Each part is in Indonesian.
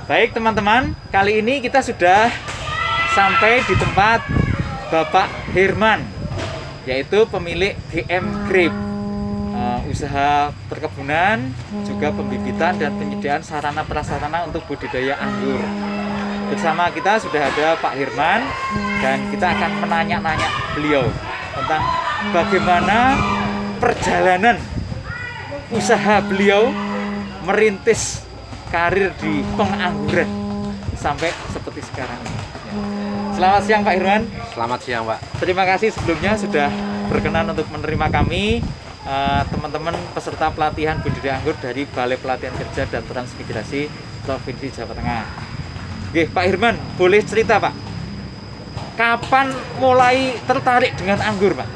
Baik teman-teman, kali ini kita sudah sampai di tempat Bapak Herman, yaitu pemilik GM Grape, usaha perkebunan, juga pembibitan dan penyediaan sarana prasarana untuk budidaya anggur. Bersama kita sudah ada Pak Herman dan kita akan menanya-nanya beliau tentang bagaimana perjalanan usaha beliau merintis karir di pengangguran sampai seperti sekarang. Selamat siang Pak Herman. Selamat siang Pak. Terima kasih sebelumnya sudah berkenan untuk menerima kami, teman-teman peserta pelatihan budidaya anggur dari Balai Pelatihan Kerja dan Transmigrasi Provinsi Jawa Tengah. Oke, Pak Herman, boleh cerita Pak, kapan mulai tertarik dengan anggur Pak?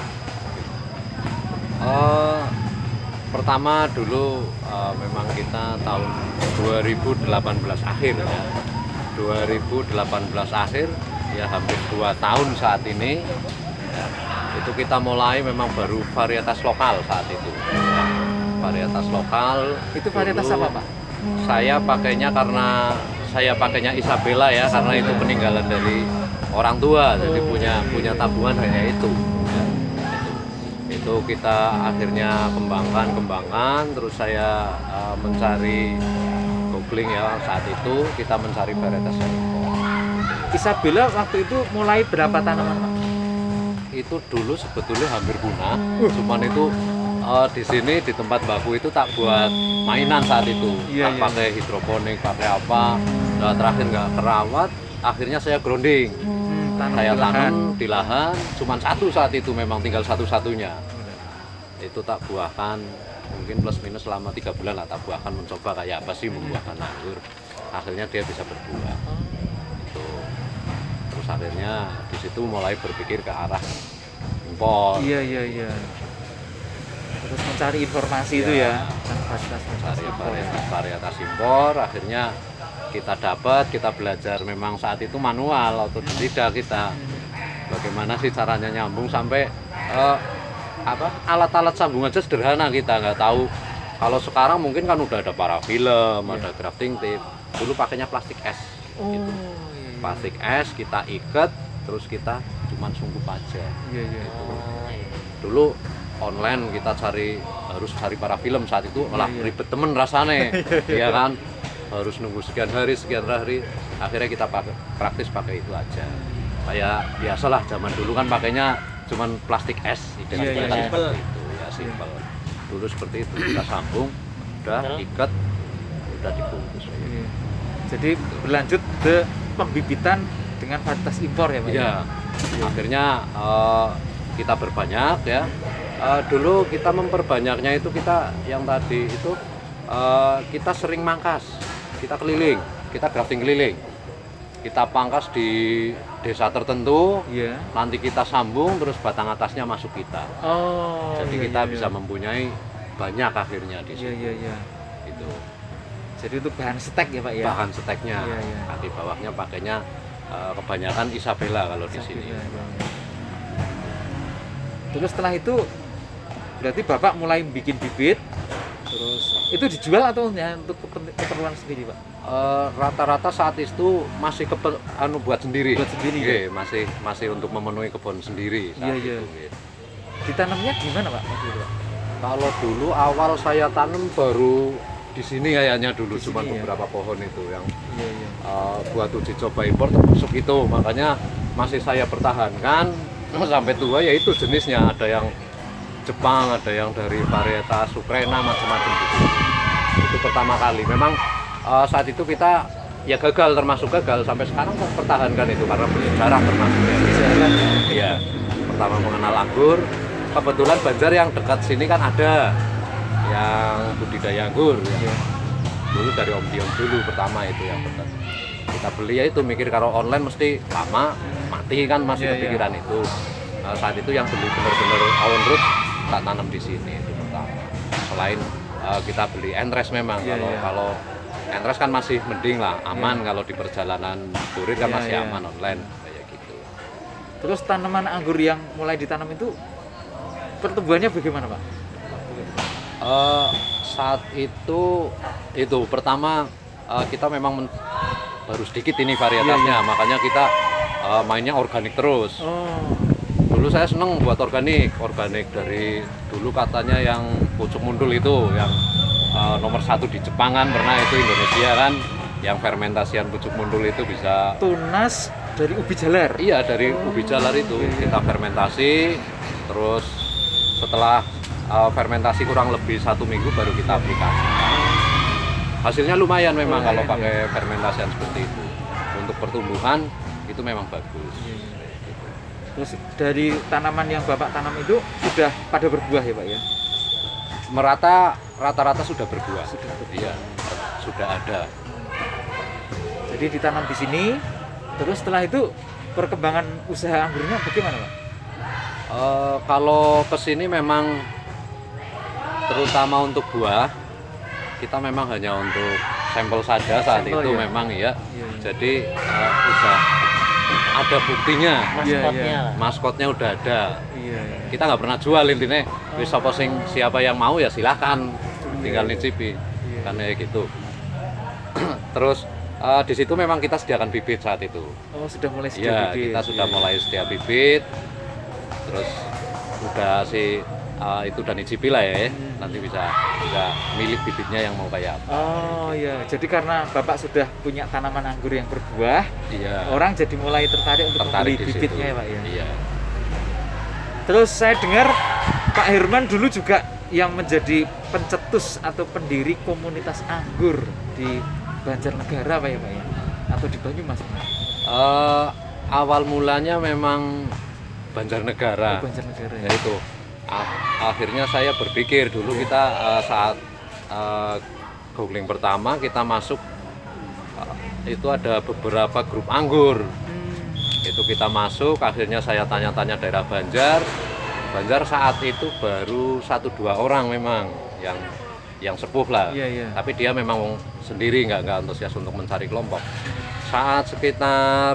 Pertama dulu memang kita tahun 2018 akhir ya. 2018 akhir ya, hampir 2 tahun saat ini ya, itu kita mulai memang baru varietas lokal saat itu ya. Varietas lokal Itu varietas dulu, apa Pak? Saya pakainya Isabella ya, karena itu peninggalan dari orang tua, jadi punya tabungan hanya itu ya. Itu kita akhirnya kembangkan, terus saya mencari googling ya, saat itu kita mencari varietas yang impor. Isabella waktu itu mulai berapa tanaman Pak? Itu dulu sebetulnya hampir punah, cuman itu di sini di tempat baku itu tak buat mainan saat itu, tak pakai hidroponik, pakai apa. Nah, terakhir nggak kerawat, akhirnya saya grounding. Saya tanam di lahan, cuman satu saat itu, memang tinggal satu-satunya. Itu tak buahkan, mungkin plus minus selama 3 bulan lah tak buahkan, mencoba kayak apa sih membuahkan anggur. Akhirnya dia bisa berbuah. Itu. Terus akhirnya di situ mulai berpikir ke arah impor. Iya. Terus mencari informasi itu ya, mencari varietas impor. Akhirnya kita belajar, memang saat itu manual, otodidak kita. Bagaimana sih caranya nyambung sampai alat-alat sambung aja sederhana, kita nggak tahu. Kalau sekarang mungkin kan udah ada parafilm, ada grafting tape. Dulu pakainya plastik es. Gitu. Plastik es kita ikat, terus kita cuman sungkup aja. Gitu. Dulu online kita harus cari parafilm, saat itu malah ribet temen rasanya, ya kan, harus nunggu sekian hari, akhirnya kita praktis pakai itu aja. Kayak biasalah zaman dulu kan pakainya cuman plastik es, seperti itu ya, simpel. Dulu seperti itu, kita sambung, udah ikat, udah dibungkus. Jadi berlanjut ke pembibitan dengan varietas impor ya Pak? Ya, akhirnya kita berbanyak ya. Dulu kita memperbanyaknya itu, kita yang tadi itu kita sering mangkas, kita keliling, kita grafting keliling, kita pangkas di desa tertentu, nanti kita sambung, terus batang atasnya masuk kita. Jadi kita bisa mempunyai banyak akhirnya di sini. Itu. Jadi itu bahan stek ya Pak ya? Bahan steknya, kaki bawahnya pakainya kebanyakan Isabella kalau di sini. Terus setelah itu berarti Bapak mulai bikin bibit, terus itu dijual atau hanya untuk keperluan sendiri Pak? Rata-rata saat itu masih buat sendiri. Buat sendiri ya? Masih untuk memenuhi kebun sendiri saat itu. Ditanamnya gimana Pak waktu itu Pak? Kalau dulu awal saya tanam baru di sini kayaknya dulu, cuma beberapa pohon itu yang buat uji coba impor termasuk itu, makanya masih saya pertahankan sampai tua, yaitu jenisnya ada yang Jepang, ada yang dari varietas Ukraina, macam-macam gitu. Itu pertama kali. Memang saat itu kita ya termasuk gagal sampai sekarang saya pertahankan itu karena bersejarah termasuk ya. Pertama mengenal anggur, kebetulan Banjar yang dekat sini kan ada yang budidaya anggur ya. Dulu dari Om Dion dulu pertama itu yang dekat. Kita beli ya, itu mikir kalau online mesti lama mati kan, masih kepikiran itu. Saat itu yang beli benar-benar Owen Root tak tanam di sini itu pertama. Selain kita beli Entres, memang kalau Entres kan masih mending lah, aman. Kalau di perjalanan kurir kan masih aman online kayak gitu. Terus tanaman anggur yang mulai ditanam itu pertumbuhannya bagaimana Pak? Saat itu pertama kita memang baru sedikit ini varietasnya, makanya kita mainnya organik terus. Dulu saya seneng buat organik dari dulu katanya yang pucuk mundul itu yang nomor 1 di Jepang kan, pernah itu Indonesia kan, yang fermentasian pucuk mundul itu bisa tunas dari ubi jalar. Iya, dari ubi jalar itu kita fermentasi, terus setelah fermentasi kurang lebih 1 minggu baru kita aplikasikan. Hasilnya lumayan memang kalau pakai fermentasian seperti itu. Untuk pertumbuhan itu memang bagus. Terus dari tanaman yang Bapak tanam itu sudah pada berbuah ya Pak ya? Rata-rata sudah berbuah. Iya, sudah ada. Jadi ditanam di sini, terus setelah itu perkembangan usaha anggurnya bagaimana Pak? Kalau kesini memang terutama untuk buah, kita memang hanya untuk sampel saja saat itu ya? Memang ya. Jadi udah ada buktinya, maskotnya udah ada. Kita nggak pernah jual intinya. Wis siapa yang mau ya silahkan, tinggal nyicipi, karena ya gitu. Terus di situ memang kita sediakan bibit saat itu. Oh, sudah mulai sedia bibit. Kita sudah mulai sedia bibit. Terus udah itu udah nyicipi lah ya. Nanti bisa milik bibitnya yang mau kayak apa. Oh iya, jadi karena Bapak sudah punya tanaman anggur yang berbuah, orang jadi mulai tertarik untuk membeli bibitnya ya Pak ya. Iya. Terus saya dengar Pak Herman dulu juga yang menjadi pencetus atau pendiri komunitas anggur di Banjarnegara Pak ya Pak ya, atau di Banyumas Pak? Awal mulanya memang Banjarnegara. Oh, Banjarnegara ya. Itu. Akhirnya saya berpikir dulu kita saat googling pertama kita masuk itu ada beberapa grup anggur. Itu kita masuk, akhirnya saya tanya-tanya daerah Banjar saat itu baru 1-2 orang memang yang sepuh lah. Tapi dia memang sendiri nggak antusias untuk mencari kelompok. Saat sekitar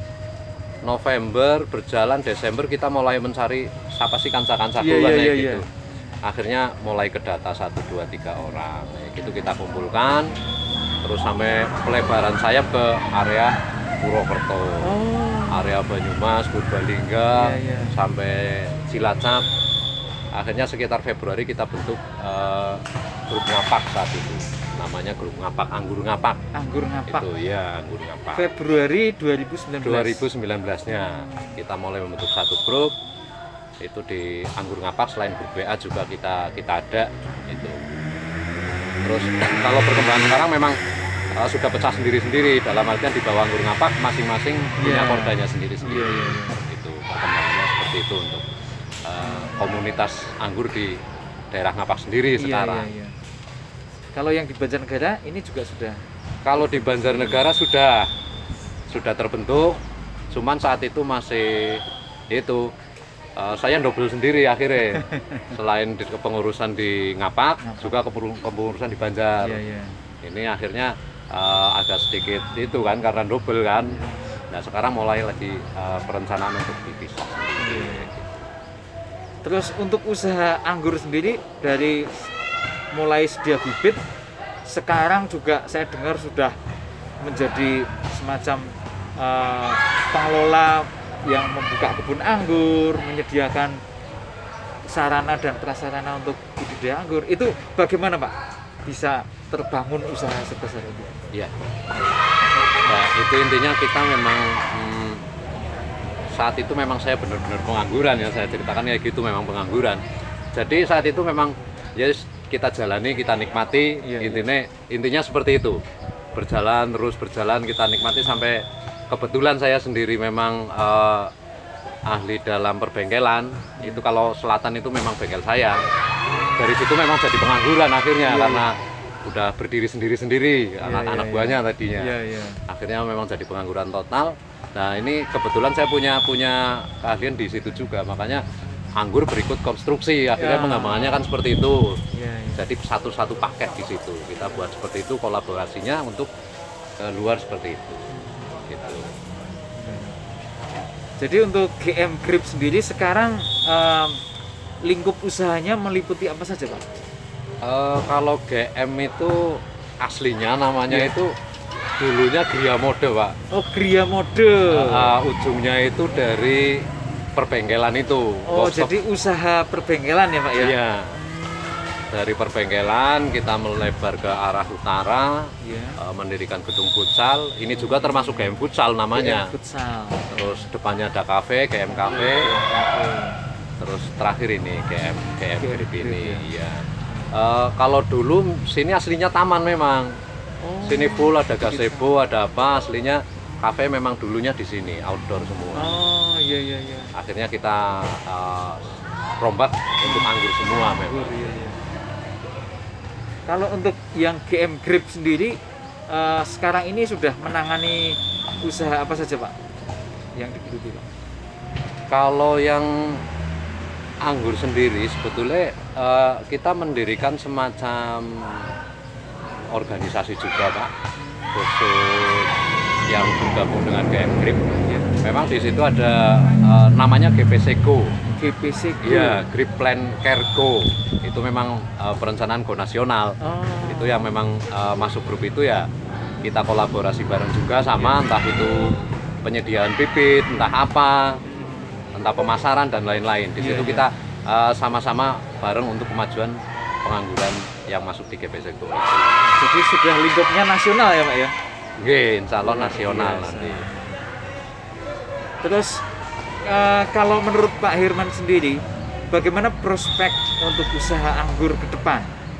November berjalan, Desember kita mulai mencari siapa sih kanca-kanca gitu. Akhirnya mulai ke data 1, 2, 3 orang. Gitu kita kumpulkan, terus sampai pelebaran sayap ke area Purwokerto, area Banyumas, Purbalingga, sampai Cilacap. Akhirnya sekitar Februari kita bentuk grup ngapak saat itu. Namanya grup ngapak, anggur ngapak. Anggur ngapak. Itu ya, anggur ngapak. Februari 2019. 2019-nya kita mulai membentuk satu grup. Itu di anggur ngapak, selain grup WA juga kita ada itu. Terus kalau perkembangan sekarang memang sudah pecah sendiri-sendiri, dalam artian di bawah anggur ngapak masing-masing punya kordanya sendiri-sendiri. Itu perkembangannya seperti itu untuk komunitas anggur di daerah ngapak sendiri sekarang. Kalau yang di Banjarnegara ini juga sudah? Kalau di Banjarnegara sudah terbentuk, cuman saat itu masih itu saya double sendiri akhirnya. Selain di kepengurusan di Ngapak, juga kepengurusan di Banjar. Ini akhirnya agak sedikit itu kan karena double kan. Nah sekarang mulai lagi perencanaan untuk dipisah. Terus untuk usaha anggur sendiri dari mulai sedia bibit, sekarang juga saya dengar sudah menjadi semacam pengelola yang membuka kebun anggur, menyediakan sarana dan prasarana untuk budidaya anggur. Itu bagaimana Pak bisa terbangun usaha sebesar itu? Iya. Nah, itu intinya kita memang saat itu memang saya benar-benar pengangguran ya, saya ceritakan ya gitu, memang pengangguran. Jadi saat itu memang ya kita jalani, kita nikmati, intinya seperti itu. Berjalan kita nikmati sampai kebetulan saya sendiri memang ahli dalam perbengkelan. Itu kalau selatan itu memang bengkel saya. Dari situ memang jadi pengangguran akhirnya karena udah berdiri sendiri-sendiri, anak buahnya tadinya. Akhirnya memang jadi pengangguran total. Nah, ini kebetulan saya punya keahlian di situ juga. Makanya anggur berikut konstruksi, akhirnya pengembangannya kan seperti itu. Jadi satu paket di situ. Kita buat seperti itu, kolaborasinya untuk luar seperti itu. Gitu. Jadi untuk GM Grip sendiri sekarang lingkup usahanya meliputi apa saja Pak? Kalau GM itu aslinya namanya itu Dulunya Gria Mode, Pak. Oh, Gria Mode. Ujungnya itu dari perbengkelan itu. Oh, Workshop. jadi usaha perbengkelan ya, Pak ya? Iya. Dari perbengkelan kita melebar ke arah utara, Iya. mendirikan gedung futsal. Ini juga termasuk GM Futsal namanya. GM Futsal. Terus depannya ada kafe, GM Cafe. Terus terakhir ini GM Grip ini. Iya. Kalau dulu sini aslinya taman memang. Oh. Sini full ada gazebo, ada apa, aslinya kafe memang dulunya di sini, outdoor semua. Oh, iya iya iya. Akhirnya kita rombak untuk anggur semua memang. Iya, iya. Kalau untuk yang GM Grip sendiri sekarang ini sudah menangani usaha apa saja, Pak? Yang digeluti, Pak? Kalau yang anggur sendiri sebetulnya kita mendirikan semacam organisasi juga, Pak, khusus yang bergabung dengan GM Grip. Memang di situ ada namanya GPC Go. GPC Go. Iya, Grip Plan Care Go. Itu memang perencanaan go nasional. Oh. Itu yang memang masuk grup itu ya kita kolaborasi bareng juga sama entah itu penyediaan bibit, entah apa, entah pemasaran dan lain-lain. Di situ kita sama-sama bareng untuk kemajuan pengangguran yang masuk di GPC Go. Jadi sudah lingkupnya nasional ya, Pak ya? Oke, insya Allah nasional nanti. Terus kalau menurut Pak Hirman sendiri, bagaimana prospek untuk usaha anggur ke depan?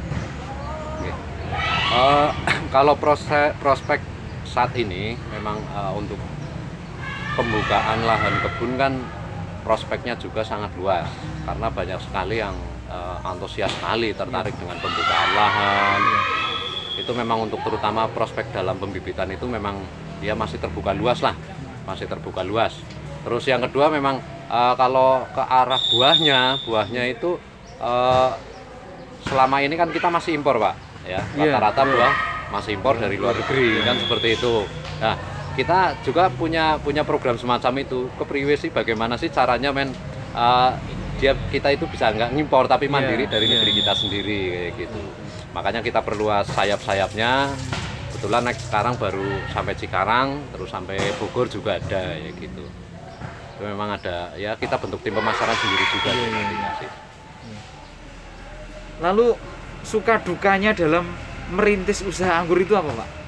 Kalau prospek saat ini memang untuk pembukaan lahan kebun kan prospeknya juga sangat luas karena banyak sekali yang antusias sekali tertarik dengan pembukaan lahan. Itu memang untuk terutama prospek dalam pembibitan itu memang dia masih terbuka luas lah, masih terbuka luas. Terus yang kedua memang kalau ke arah buahnya itu selama ini kan kita masih impor, Pak, ya rata-rata buah masih impor dari luar negeri kan seperti itu. Nah, kita juga punya program semacam itu. Kepriwe sih bagaimana sih caranya kita itu bisa nggak ngimpor tapi mandiri dari negeri kita sendiri kayak gitu. Makanya kita perluas sayap-sayapnya. Kebetulan sekarang baru sampai Cikarang, terus sampai Bogor juga ada ya gitu. Itu memang ada ya kita bentuk tim pemasaran sendiri juga sih. Lalu suka dukanya dalam merintis usaha anggur itu apa, Pak?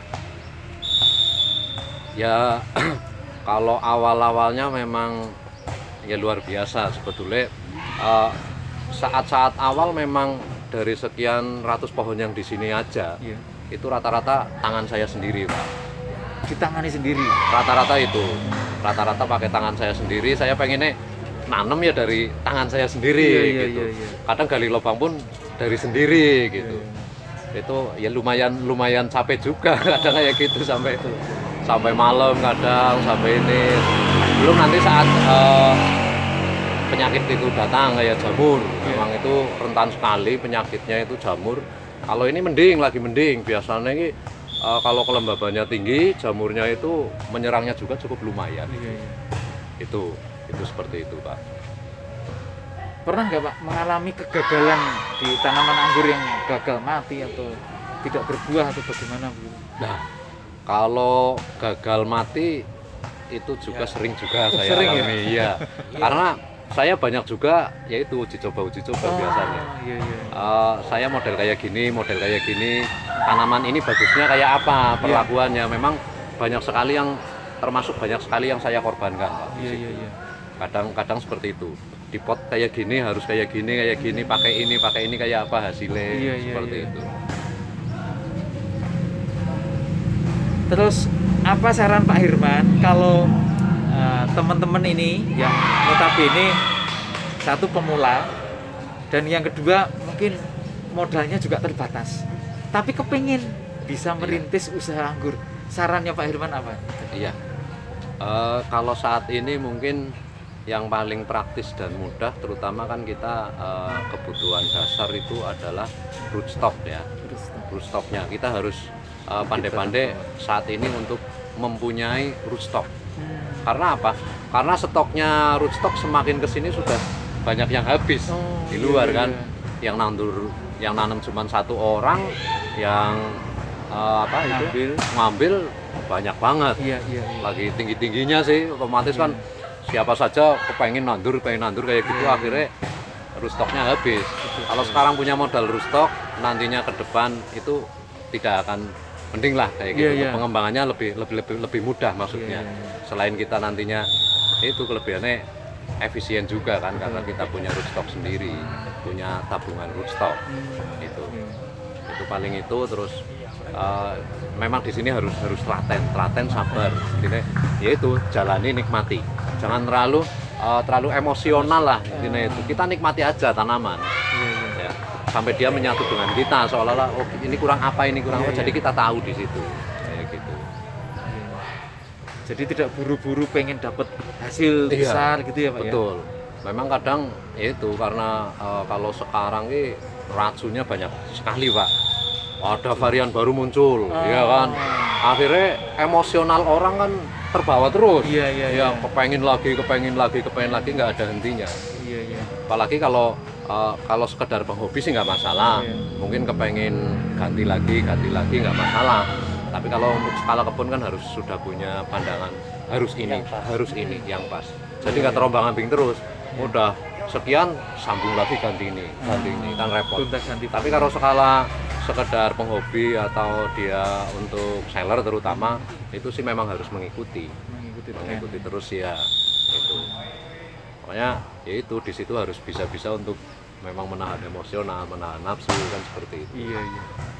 Ya kalau awal-awalnya memang ya luar biasa sebetulnya. Saat-saat awal memang dari sekian ratus pohon yang di sini aja, itu rata-rata tangan saya sendiri, Pak. Ditangani sendiri? Rata-rata pakai tangan saya sendiri. Saya pengennya nanem ya dari tangan saya sendiri gitu. Kadang gali lubang pun dari sendiri gitu. Itu ya lumayan capek juga kadang kayak gitu sampai malam kadang sampai ini. Belum nanti saat penyakit itu datang kayak jamur, memang itu rentan sekali penyakitnya itu jamur. Kalau ini lagi mending. Biasanya ini kalau kelembabannya tinggi, jamurnya itu menyerangnya juga cukup lumayan. Itu seperti itu, Pak. Pernah nggak, Pak, mengalami kegagalan di tanaman anggur yang gagal mati atau tidak berbuah atau bagaimana? Nah, kalau gagal mati itu juga sering juga saya alami, ya. Karena saya banyak juga yaitu uji coba biasanya. Saya model kayak gini, tanaman ini bagusnya kayak apa perlakuannya. Memang banyak sekali yang saya korbankan, Pak. Kadang seperti itu. Di pot kayak gini harus kayak gini, pakai ini kayak apa hasilnya seperti itu. Terus apa saran Pak Hirman kalau teman-teman ini yang notabene satu pemula dan yang kedua mungkin modalnya juga terbatas tapi kepingin bisa merintis usaha anggur, sarannya Pak Hirman apa? Iya, kalau saat ini mungkin yang paling praktis dan mudah terutama kan kita kebutuhan dasar itu adalah rootstock ya. Rootstocknya kita harus pandai-pandai saat ini untuk mempunyai rootstock. Karena apa? Karena stoknya rootstock semakin kesini sudah banyak yang habis di luar kan. Yang nanam cuma satu orang, yang ngambil banyak banget. Iya. Lagi tinggi-tingginya sih, otomatis kan siapa saja pengen nandur kayak gitu, akhirnya rustoknya habis. Kalau sekarang punya modal rustok, nantinya ke depan itu tidak akan mending lah kayak gitu. Pengembangannya lebih mudah maksudnya. Selain kita nantinya itu kelebihannya efisien juga kan, karena kita punya rootstock sendiri, punya tabungan rootstock. Itu paling itu. Terus memang di sini harus telaten sabar. Intinya yaitu jalani, nikmati, jangan terlalu emosional lah. Intinya itu kita nikmati aja tanaman ya, sampai dia menyatu dengan kita, seolah-olah oh ini kurang apa jadi kita tahu di situ kayak gitu. Jadi tidak buru-buru pengen dapat hasil besar gitu ya Pak. Betul. Memang kadang itu karena kalau sekarang ini racunnya banyak sekali Pak. Ada varian baru muncul, ya kan. Akhirnya emosional orang kan terbawa terus. Iya. Kepengen lagi, nggak ada hentinya. Iya. Apalagi kalau sekedar penghobi sih nggak masalah. Mungkin kepengen ganti lagi nggak masalah. Tapi kalau untuk skala kebun kan harus sudah punya pandangan harus ini yang pas. Jadi nggak terombang-ambing terus. Udah sekian sambung lagi ganti ini kan repot. Tapi kalau skala sekedar penghobi atau dia untuk seller terutama, itu sih memang harus mengikuti terus ya itu. Pokoknya ya itu di situ harus bisa untuk memang menahan emosional, menahan nafsu kan seperti itu. Iya.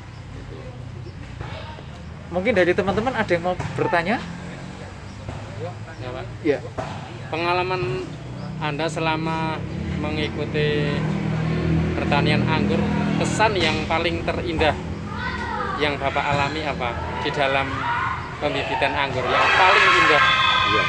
Mungkin dari teman-teman ada yang mau bertanya? Ya Pak. Iya. Pengalaman Anda selama mengikuti pertanian anggur, kesan yang paling terindah yang Bapak alami apa di dalam pembibitan anggur yang paling indah? Iya.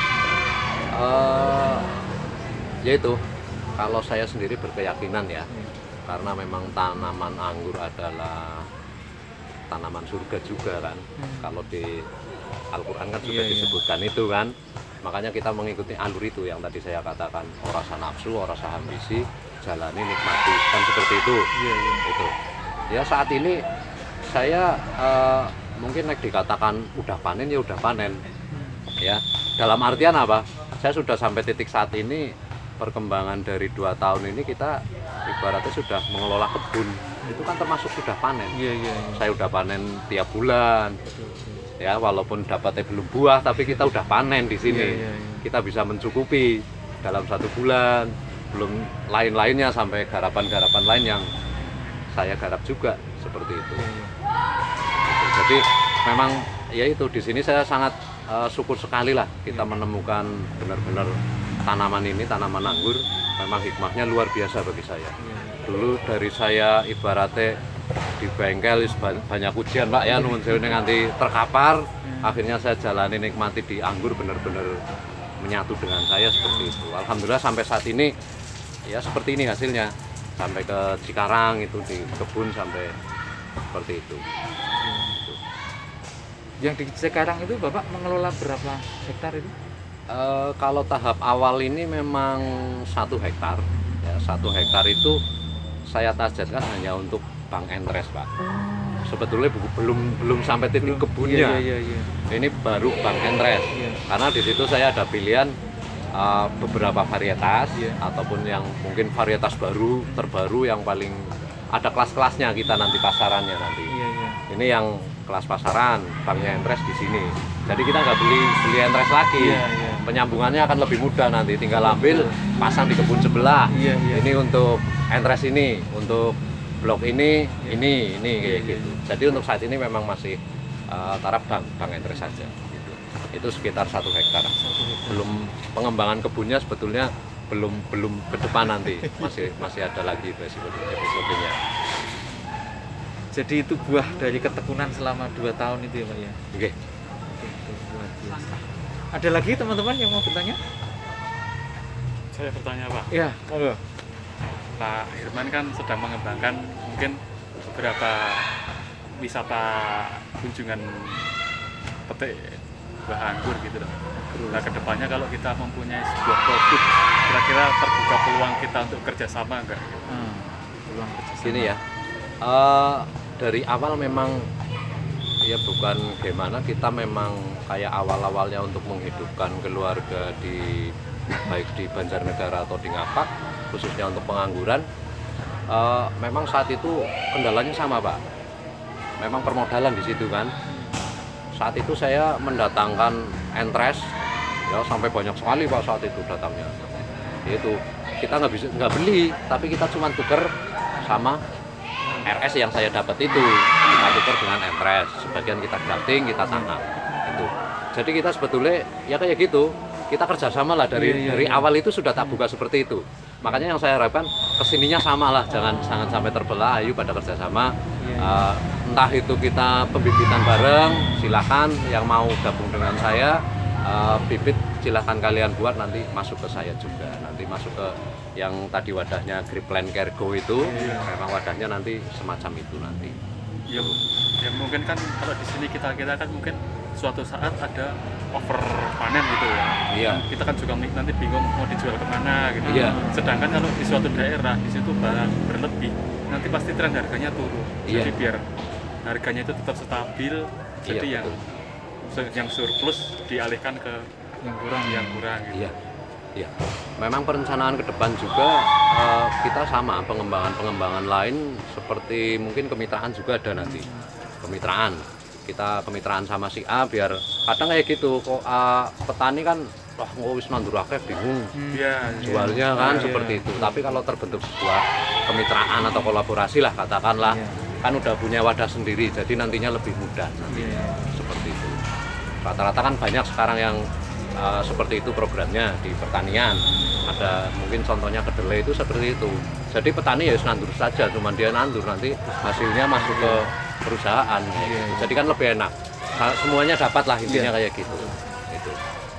Yaitu kalau saya sendiri berkeyakinan ya, karena memang tanaman anggur adalah tanaman surga juga kan. Kalau di Al-Quran kan sudah disebutkan itu kan. Makanya kita mengikuti alur itu yang tadi saya katakan, ora rasa nafsu, ora rasa ambisi, jalani, nikmati, kan seperti itu. Itu. Ya saat ini saya mungkin dikatakan udah panen ya udah panen. Ya, dalam artian apa? Saya sudah sampai titik saat ini, perkembangan dari 2 tahun ini kita ibaratnya sudah mengelola kebun. Itu kan termasuk sudah panen. Saya udah panen tiap bulan. Ya, walaupun dapatnya belum buah, tapi kita udah panen di sini. Kita bisa mencukupi dalam 1 bulan. Belum lain-lainnya sampai garapan-garapan lain yang saya garap juga seperti itu. Jadi memang ya itu di sini saya sangat syukur sekali lah kita menemukan benar-benar tanaman ini, tanaman anggur. Memang hikmahnya luar biasa bagi saya. Dulu dari saya ibaratnya di bengkel banyak ujian Pak ya, nuwun sewu nganti terkapar. Akhirnya saya jalani, nikmati di anggur, benar-benar menyatu dengan saya seperti itu. Alhamdulillah sampai saat ini ya seperti ini hasilnya. Sampai ke Cikarang itu di kebun sampai seperti itu. Yang di Cikarang itu Bapak mengelola berapa hektar itu? Kalau tahap awal ini memang 1 hektar. Ya, 1 hektar itu saya targetkan hanya untuk Bank Entres Pak. Sebetulnya belum sampai titik kebunnya. Ini baru Bank Entres. Karena di situ saya ada pilihan beberapa varietas ataupun yang mungkin varietas terbaru yang paling ada kelas-kelasnya kita nanti pasarannya nanti. Ini yang kelas pasaran, Banknya Entres di sini. Jadi kita nggak beli Entres lagi. Penyambungannya akan lebih mudah nanti, tinggal ambil pasang di kebun sebelah. Ini untuk Entres ini, untuk blok ini kayak gitu. Jadi untuk saat ini memang masih taraf Bank Entres saja. Gitu. Itu sekitar 1 hektar. Belum pengembangan kebunnya sebetulnya belum ke depan nanti. Masih ada lagi episodenya. Jadi itu buah dari ketekunan selama 2 tahun itu ya Pak ya? Oke. Ada lagi teman-teman yang mau bertanya? Saya bertanya Pak. Ya, monggo. Pak Hirman kan sedang mengembangkan mungkin beberapa wisata kunjungan petik buah anggur gitu loh. Nah kedepannya kalau kita mempunyai sebuah produk, kira-kira terbuka peluang kita untuk kerjasama enggak? Peluang kerjasama. Gini ya, dari awal memang ya bukan gimana, kita memang kayak awal-awalnya untuk menghidupkan keluarga di baik di Banjarnegara atau di Ngapak, khususnya untuk pengangguran. Memang saat itu kendalanya sama Pak, memang permodalan di situ kan. Saat itu saya mendatangkan entres ya sampai banyak sekali Pak saat itu datangnya. Itu kita nggak beli, tapi kita cuma tuker sama RS yang saya dapat itu, kita tuker dengan entres, sebagian kita grafting, kita tanam itu. Jadi kita sebetulnya ya kayak gitu, kita kerjasama lah dari awal itu sudah tak buka seperti itu. Makanya yang saya harapkan kesininya sama lah, jangan sampai terbelah. Ayo pada kerjasama, entah itu kita pembibitan bareng, silakan yang mau gabung dengan saya, bibit silahkan kalian buat, nanti masuk ke saya juga, nanti masuk ke yang tadi wadahnya Gripland Cargo itu, memang wadahnya nanti semacam itu nanti. Ya, ya mungkin kan kalau di sini kita kan mungkin suatu saat ada over panen gitu ya. Iya. Kita kan juga nanti bingung mau dijual kemana gitu. Iya. Sedangkan kalau di suatu daerah di situ barang berlebih, nanti pasti tren harganya turun. Iya. Jadi biar harganya itu tetap stabil, jadi Iya, yang surplus dialihkan ke yang kurang gitu. Iya. Iya. Memang perencanaan ke depan juga kita sama pengembangan lain seperti mungkin kemitraan juga ada nanti. Kemitraan. Kita kemitraan sama si A biar kadang kayak gitu kok petani kan wah wis nandur akeh bingung. Jualnya kan seperti itu. Tapi kalau terbentuk sebuah kemitraan atau kolaborasi lah katakanlah, kan udah punya wadah sendiri, jadi nantinya lebih mudah nanti. Seperti itu. Rata-rata kan banyak sekarang yang seperti itu programnya di pertanian. Ada mungkin contohnya kedelai itu seperti itu. Jadi petani ya harus nandur saja, cuman dia nandur nanti hasilnya masuk ke perusahaan. Gitu. Jadi kan lebih enak. Semuanya dapat lah intinya kayak gitu. Itu.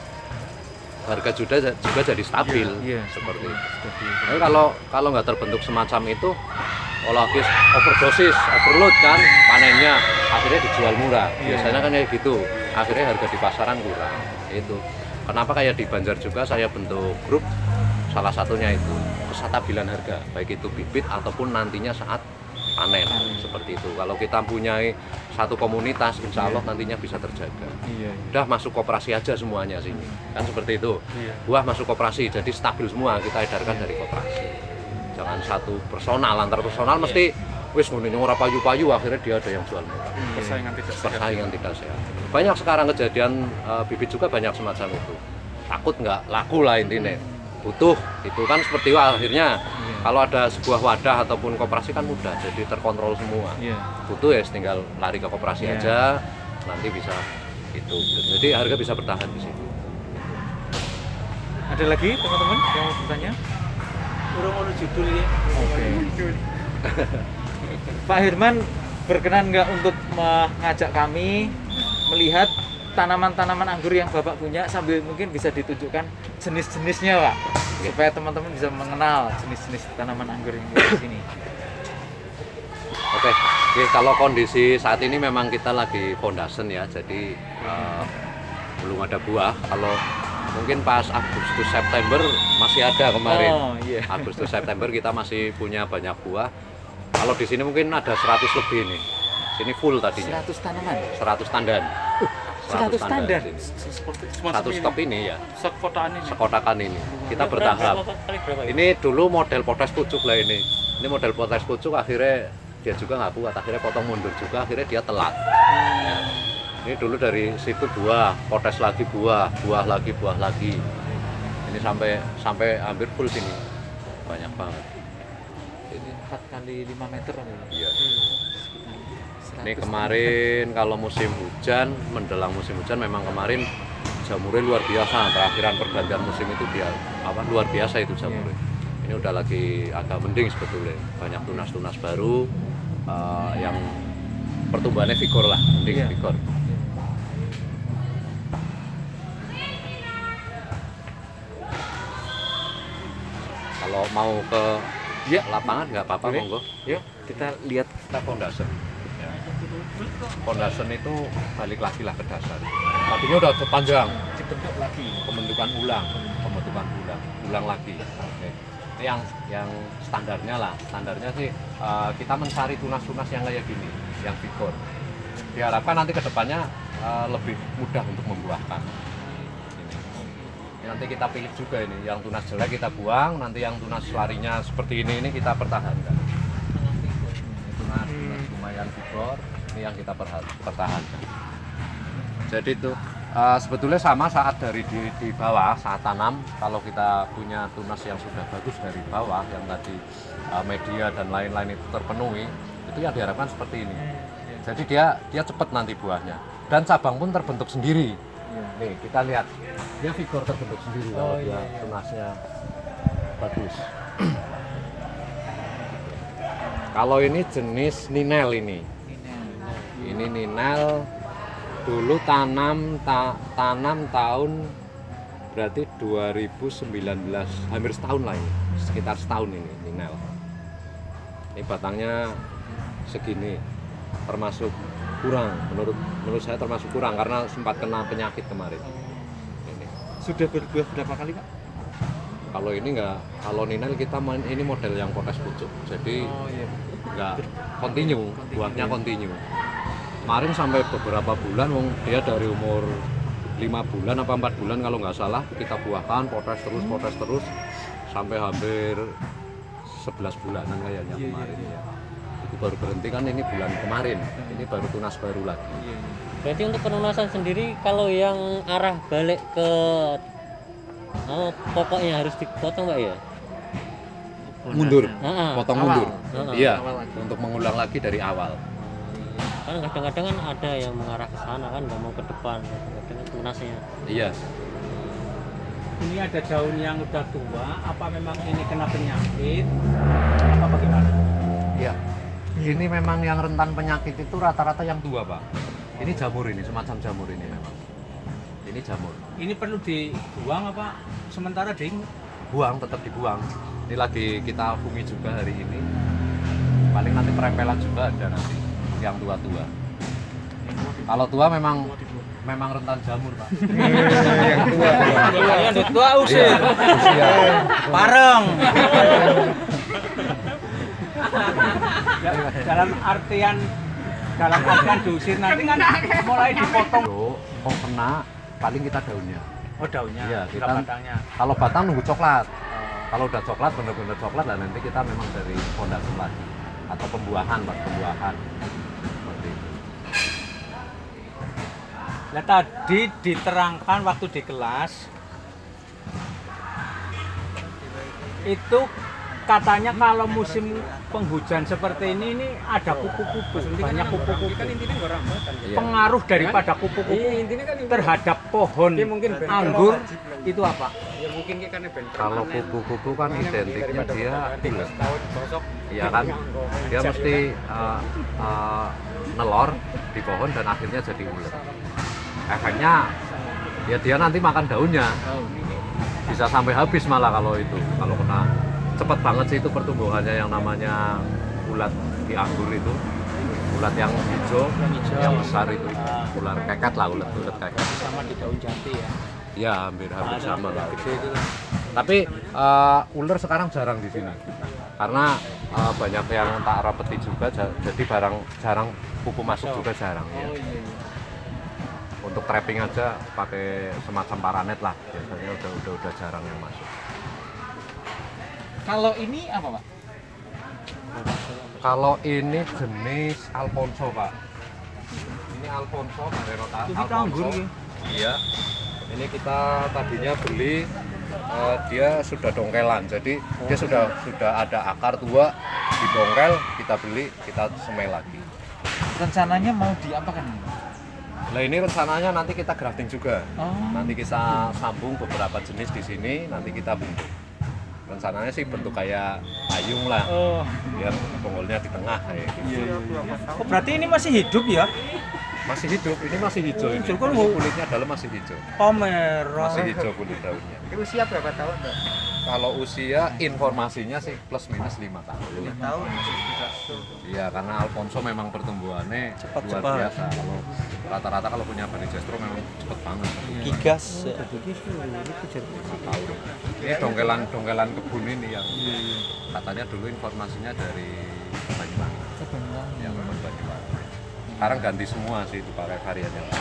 Harga juga jadi stabil seperti itu. Tapi kalau nggak terbentuk semacam itu, logis overdosis, overload kan panennya, akhirnya dijual murah. Biasanya kan kayak gitu. Akhirnya harga di pasaran kurang. Itu. Kenapa kayak di Banjar juga saya bentuk grup, salah satunya itu kestabilan harga, baik itu bibit ataupun nantinya saat panen seperti itu. Kalau kita punya satu komunitas, insya Allah nantinya bisa terjaga. Udah masuk koperasi aja semuanya sini, kan seperti itu. Buah masuk koperasi, jadi stabil semua kita edarkan dari koperasi. Jangan satu personal, antar personal mesti wis ngene ora payu-payu, akhirnya dia ada yang jual murah. Persaingan tidak sehat. Banyak sekarang kejadian bibit juga banyak semacam itu. Takut nggak laku lah intinya. Butuh itu kan seperti itu akhirnya. Kalau ada sebuah wadah ataupun koperasi kan mudah, jadi terkontrol semua. Butuh ya tinggal lari ke koperasi aja, nanti bisa itu. Jadi harga bisa bertahan di situ. Ada lagi teman-teman yang mau bertanya? Urung ono judul ya. Oke. Pak Hirman berkenan nggak untuk mengajak kami melihat tanaman-tanaman anggur yang Bapak punya, sambil mungkin bisa ditunjukkan jenis-jenisnya Pak, supaya teman-teman bisa mengenal jenis-jenis tanaman anggur yang di sini. Oke, kalau kondisi saat ini memang kita lagi foundation ya, jadi belum ada buah. Kalau mungkin pas Agustus September masih ada kemarin. Agustus September kita masih punya banyak buah. Kalau di sini mungkin ada 100 lebih nih. Sini full tadinya. 100 tanaman. 100 tandan. 100 tandan. Satu stok ini ya. Sekotakan ini. Kita Ini bertahap. berapa ya? Ini dulu model potes pucuk lah ini. Ini model potes pucuk, akhirnya dia juga nggak kuat, akhirnya potong mundur juga, akhirnya dia telat. Ya. Ini dulu dari situ buah, potes lagi buah, buah lagi. Ini sampai hampir full sini. Banyak banget. Ini 4 kali 5 meter kan ya? Iya. Ini kemarin kalau musim hujan, menjelang musim hujan memang kemarin jamurnya luar biasa. Terakhiran pergantian musim itu luar biasa itu jamurnya. Ini udah lagi agak mending sebetulnya. Banyak tunas-tunas baru yang pertumbuhannya vigor lah, mending vigor. Kalau mau ke lapangan nggak apa-apa, monggo. Yuk, kita lihat. Kita foundation. Foundation itu balik lagi lah ke dasar. Tadinya udah panjang, Dibentuk lagi. pembentukan ulang lagi. Oke. Itu yang standarnya lah. Standarnya sih kita mencari tunas-tunas yang kayak gini, yang vigor. diharapkan nanti kedepannya lebih mudah untuk membuahkan. Ini nanti kita pilih juga ini, yang tunas jelek kita buang, nanti yang tunas larinya seperti ini kita pertahankan. Ini tunas lumayan vigor, ini yang kita pertahankan. Jadi itu sebetulnya sama saat dari di bawah, saat tanam, kalau kita punya tunas yang sudah bagus dari bawah, yang tadi media dan lain-lain itu terpenuhi, itu yang diharapkan seperti ini. Jadi dia cepat nanti buahnya, dan cabang pun terbentuk sendiri. Nih kita lihat, dia vigor terbentuk sendiri kalau dia tunasnya bagus. Kalau ini jenis ninel ini ninel. Dulu tanam tahun berarti 2019, hampir setahun lah ini, sekitar setahun ini ninel. Ini batangnya segini, termasuk kurang, menurut saya termasuk kurang karena sempat kena penyakit kemarin. Ini. Sudah berbuah berapa kali Pak? Kalau ini enggak, kalau ninel kita main ini model yang potes pucuk, jadi enggak continue, buahnya continue. Kemarin sampai beberapa bulan, dia dari umur 5 bulan apa 4 bulan kalau nggak salah, kita buahkan potes terus sampai hampir 11 bulanan kayaknya kemarin. Itu baru berhenti kan ini bulan kemarin, ini baru tunas baru lagi. Berarti untuk penunasan sendiri kalau yang arah balik ke pokoknya harus dipotong Pak ya? Mundur, potong mundur. Iya, Awal. untuk mengulang lagi dari awal. Kan kadang-kadang kan ada yang mengarah ke sana kan, nggak mau ke depan, kadang tunasnya. Iya. Ini ada daun yang udah tua, apa memang ini kena penyakit? Apa bagaimana? Iya. Ini memang yang rentan penyakit itu rata-rata yang tua, Pak. Ini jamur ini, semacam jamur ini memang. Ini jamur. Ini perlu dibuang apa sementara ding? Buang, tetap dibuang. Ini lagi kita fungsi juga hari ini. Paling nanti perempelan juga ada nanti yang tua-tua. Kalau tua memang rentan jamur, Pak. Yang tua. Yang tua usir. Usia. Pareng. dalam artian diusir nanti kan mulai dipotong. Oh kena, paling kita daunnya. Oh daunnya, Iya, kita kita batangnya. kalau batang nunggu coklat. Kalau udah coklat, bener-bener coklat lah nanti kita memang dari pondasi lagi atau pembuahan, Pak, pembuahan. Seperti itu. Nah tadi diterangkan waktu di kelas itu katanya kalau musim penghujan seperti ini ada kupu-kupu, banyak kupu-kupu. Iya. Pengaruh daripada kupu-kupu terhadap pohon anggur itu apa? Kalau kupu-kupu kan identiknya dia ulet. Iya kan? Dia mesti nelor di pohon dan akhirnya jadi ulet. Efeknya ya dia nanti makan daunnya. Bisa sampai habis malah kalau kena. Cepat banget sih itu pertumbuhannya yang namanya ulat di anggur itu. Ulat yang hijau, yang besar itu. Ular keket lah, ulat keket. Sama di daun jati ya. Ya hampir sama lah. Tapi ular sekarang jarang di sini karena banyak yang tak rapeti juga, jadi jarang kupu masuk juga jarang. Ya. Untuk trapping aja pakai semacam paranet lah, biasanya udah jarang yang masuk. Kalau ini apa Pak? Kalau ini jenis Alfonso, Pak. Ini Alfonso, Barerota Alfonso. Iya. Ini kita tadinya beli dia sudah dongkelan. Jadi dia sudah ada akar tua, didongkel, kita beli, kita semai lagi. Rencananya mau diapakan ini? Nah, ini rencananya nanti kita grafting juga. Oh. Nanti kita sambung beberapa jenis di sini, nanti kita bentuk. Rencananya sih bentuk kayak payung lah. Oh, Biar bonggolnya di tengah kayak gitu. oh, berarti ini masih hidup ya? Masih hidup, ini masih hijau ini. Hijau kan Ini kulitnya dalam masih hijau. Oh merah. Masih hijau kulit daunnya. Usia berapa tahun Pak? Kalau usia informasinya sih plus minus 5 tahun. 5 tahun. Iya, karena Alfonso memang pertumbuhannya luar Cepat. biasa. Kalau rata-rata kalau punya Barigestro memang cepet banget. Gigas. 5 tahun. Ini dongkelan kebun ini yang katanya dulu informasinya dari Banyuwangi. Yang memang Banyuwangi. Sekarang ganti semua sih itu pakai varian yang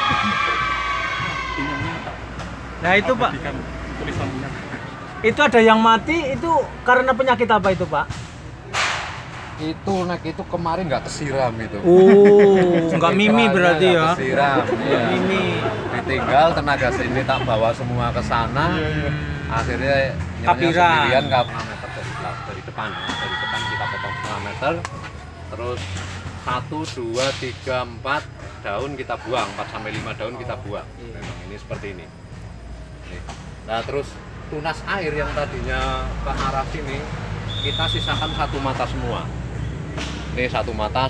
Nah itu Pak, abadikan tulisannya. itu ada yang mati itu karena penyakit apa itu Pak? itu itu kemarin nggak kesiram itu. Oh, nggak mimi berarti ya? Nggak kesiram, iya. Mimi. Ditinggal tenaga sini tak bawa semua ke sana. Akhirnya nyonya Kapiran. sendirian nggak meter dari depan kita potong setengah meter, terus 1, 2, 3, 4 daun kita buang, 4 sampai 5 daun kita buang. Memang ini seperti ini. Nah terus tunas air yang tadinya ke arah sini kita sisakan satu mata semua. Ini satu mata.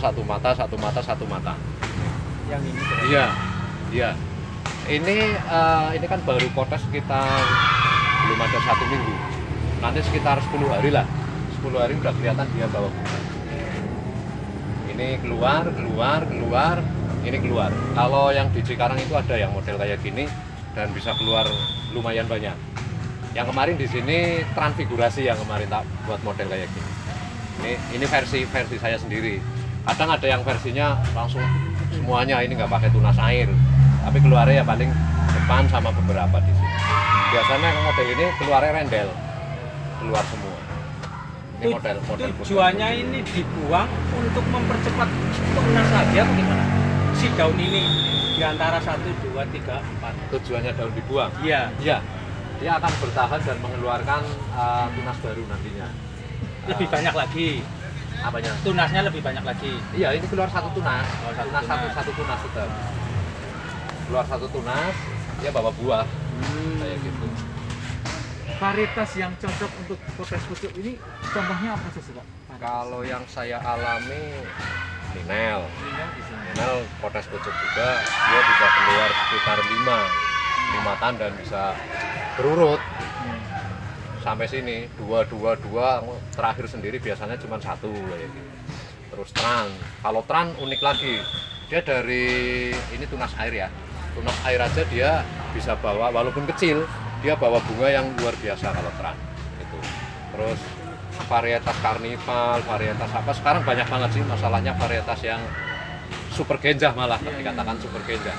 Yang ini berarti. Iya. Ini kan baru potes sekitar belum ada 1 minggu. Nanti sekitar 10 hari lah. 10 hari udah kelihatan dia bawa bunga. Ini keluar. Ini keluar. Kalau yang di Cikarang itu ada yang model kayak gini dan bisa keluar lumayan banyak. Yang kemarin di sini transfigurasi yang kemarin tak buat model kayak gini. Ini versi saya sendiri. Kadang ada yang versinya langsung semuanya ini nggak pakai tunas air, tapi keluarnya ya paling depan sama beberapa di sini. Biasanya yang model ini keluarnya rendel, keluar semua. Ini model Tujuannya ini dibuang untuk mempercepat tunas lagi apa gimana? Si daun ini di antara 1, 2, 3, 4. Tujuannya daun dibuang. Iya. Iya, dia akan bertahan dan mengeluarkan tunas baru nantinya. Lebih banyak lagi. Apanya? Tunasnya lebih banyak lagi. Iya, ini keluar satu tunas. Satu Satu tunas tetap. Keluar satu tunas, dia bawa buah. Kayak gitu. Varietas yang cocok untuk potes pucuk ini contohnya apa sih Pak? Kalau yang saya alami Ninel di sini. Ninel potes pucuk juga, dia bisa keluar sekitar 5 tan dan bisa berurut sampai sini 2, terakhir sendiri biasanya cuma 1 kayak gitu. Terus tran, kalau tran unik lagi, dia dari ini tunas air ya, tunas air aja dia bisa bawa, walaupun kecil dia bawa bunga yang luar biasa kalau tran itu. Terus varietas karnival, varietas apa sekarang banyak banget sih, masalahnya varietas yang super genjah malah dikatakan super genjah.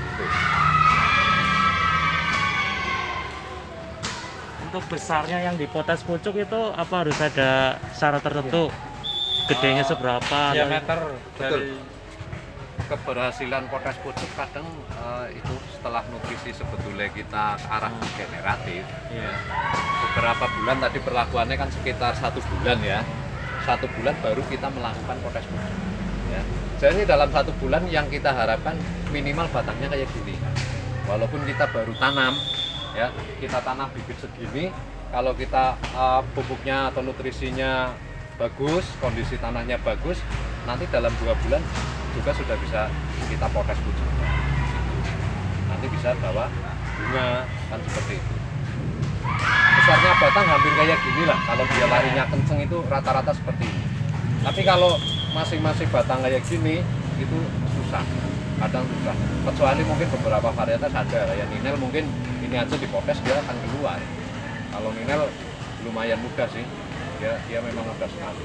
Untuk besarnya yang di potes pucuk itu apa harus ada syarat tertentu? Gedenya seberapa? Diameter Betul. Keberhasilan potes pucuk kadang itu setelah nutrisi sebetulnya kita ke arah generatif. Iya. Beberapa bulan tadi perlakuannya kan sekitar 1 bulan ya. 1 bulan baru kita melakukan potes pucuk. Ya. Jadi dalam 1 bulan yang kita harapkan minimal batangnya kayak gini. Walaupun kita baru tanam, ya kita tanam bibit segini, kalau kita pupuknya atau nutrisinya bagus, kondisi tanahnya bagus, nanti dalam 2 bulan juga sudah bisa kita potes pucuk. Nanti bisa bawa bunga, kan seperti itu. Besarnya batang hampir kayak gini lah, kalau dia larinya kenceng itu rata-rata seperti ini. Tapi kalau masing-masing batang kayak gini, itu susah, kadang susah. Kecuali mungkin beberapa varietas ada, kayak Ninel mungkin ini aja dipotes dia akan keluar. Kalau Ninel lumayan mudah sih, dia memang mudah sekali.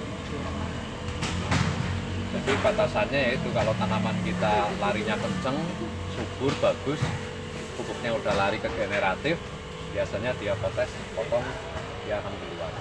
Jadi batasannya yaitu kalau tanaman kita larinya kenceng, subur, bagus, pupuknya udah lari ke generatif, biasanya dia potes, potong, dia akan keluar.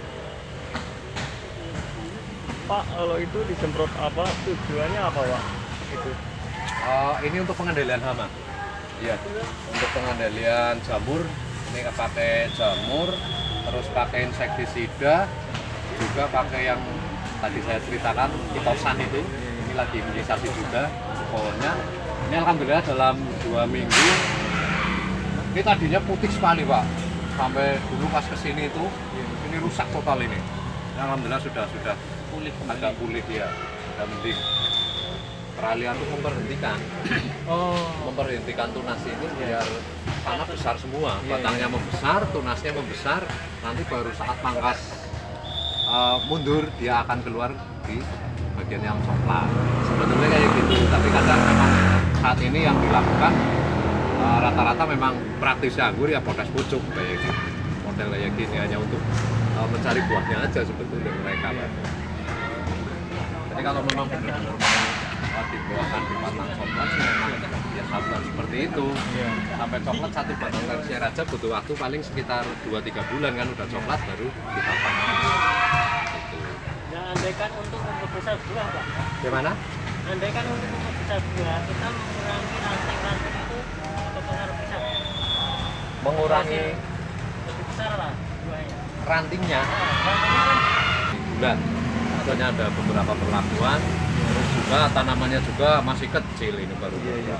Pak, kalau itu disemprot apa? Tujuannya apa Pak? Itu. Ini untuk pengendalian hama. Iya, untuk pengendalian jamur, ini pakai jamur, terus pakai insektisida, juga pakai yang tadi saya ceritakan, kitosan itu. Ini lagi imunisasi juga pohonnya. Ini alhamdulillah dalam 2 minggu, ini tadinya putih sekali Pak. Sampai dulu pas kesini itu, ini rusak total ini. Alhamdulillah sudah pulih, agak pulih ya, sudah mending. Peralihan itu memberhentikan tunas ini biar tanah besar semua, batangnya membesar, tunasnya membesar, nanti baru saat pangkas mundur dia akan keluar di bagian yang coklat. Sebetulnya kayak gitu, tapi kadang memang saat ini yang dilakukan rata-rata memang praktis anggur ya potes pucuk kayak gitu, model kayak gini hanya untuk mencari buahnya aja sebetulnya mereka. Jadi kalau memang benar-benar mau dibuahkan di batang coklat sih memang ya sabar seperti itu. Sampai coklat satu batang tersier aja butuh waktu paling sekitar 2-3 bulan kan udah coklat baru ditapang. Gitu. Nah, andaikan untuk membesar buah, Pak. Gimana? Andaikan untuk membesar buah, kita mengurangi ranting-ranting itu atau pengaruh besar. Mengurangi Lebih besar lah buahnya. rantingnya Rantingnya kan bulan. Makanya ada beberapa perlakuan. Terus juga tanamannya juga masih kecil ini baru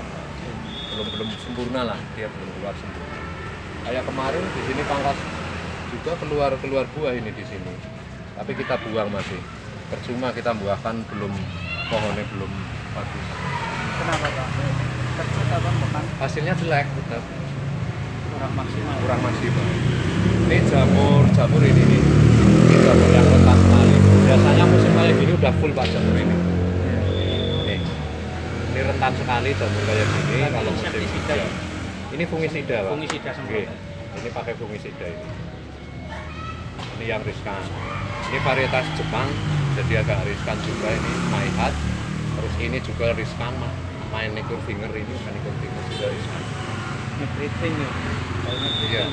belum sempurna lah, dia belum keluar sempurna. Kayak kemarin di sini pangkas juga keluar buah ini di sini. Tapi kita buang masih. Percuma kita buahkan pohonnya belum bagus. Kenapa Pak? Kecil apa bukan? Hasilnya jelek tetap Kurang maksimal. kurang maksimal. Ini jamur ini nih. Ini jamur yang rentan sekali. Biasanya musim kayak gini udah full Pak jamur ini. Nih. Ini rentan sekali jamur kayak gini kalau musim Insektisida hujan. Ini fungisida Pak. Fungisida Oke. semprot. Ini pakai fungisida ini. Ini yang riskan. Ini varietas Jepang, jadi agak riskan juga ini Maihat. Terus ini juga riskan, manicure finger ini manicure finger juga riskan. Ngekriting ya. Iya.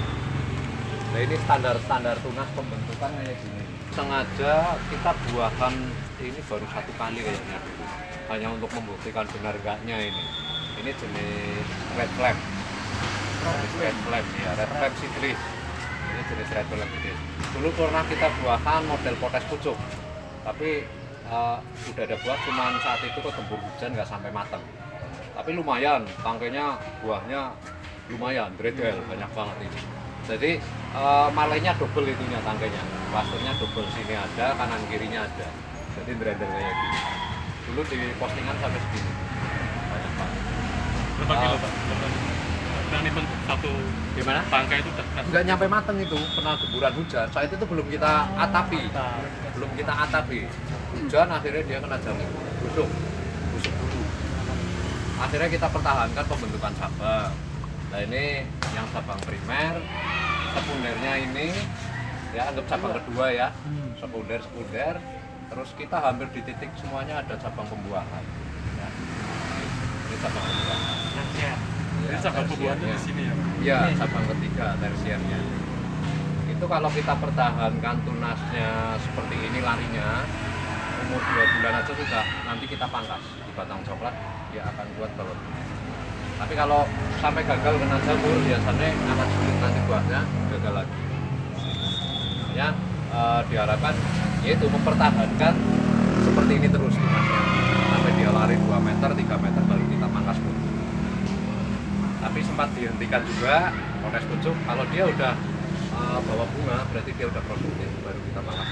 Nah ini standar tunas pembentukan kayak gini. Sengaja kita buahkan ini baru 1 kali kayaknya dulu. Hanya untuk membuktikan benar enggaknya ini. Ini jenis red flame. Red flame ya, red flame citrus. Ini jenis red flame citrus. Dulu pernah kita buahkan model potes pucuk. Tapi udah ada buah cuman saat itu ketembur hujan nggak sampai matang. Tapi lumayan, tangkainya buahnya lumayan, bredel, banyak banget ini. Jadi malainya double itunya tangkainya, plasternya double, sini ada, kanan kirinya ada. Jadi bredel kayak gini. Dulu di postingan sampai segini, banyak banget. Berapa kilo Pak? Berani bentuk satu Gimana? tangkai itu udah Nggak nyampe mateng itu, kena guguran hujan. Saat itu belum kita atapi, Hujan akhirnya dia kena jamur, busuk dulu. Akhirnya kita pertahankan pembentukan cabang. Nah ini yang cabang primer, sekundernya ini ya anggap cabang kedua ya, sekunder. Terus kita hampir di titik semuanya ada cabang pembuahan. Ya. Ini cabang pembuahan. Jadi cabang pembuahannya di sini ya Pak? Iya, cabang ketiga tersiernya. Itu kalau kita pertahankan tunasnya seperti ini larinya, umur 2 bulan aja sudah nanti kita pangkas di batang coklat, dia akan kuat kalau. Tapi kalau sampai gagal kena jamur, biasanya akan sulit nanti buahnya gagal lagi. Makanya diharapkan yaitu mempertahankan seperti ini terus tunasnya sampai dia lari 2 meter, 3 meter baru kita pangkas dulu. Tapi sempat dihentikan juga potes pucuk. Kalau dia udah bawa bunga berarti dia udah produktif, baru kita pangkas.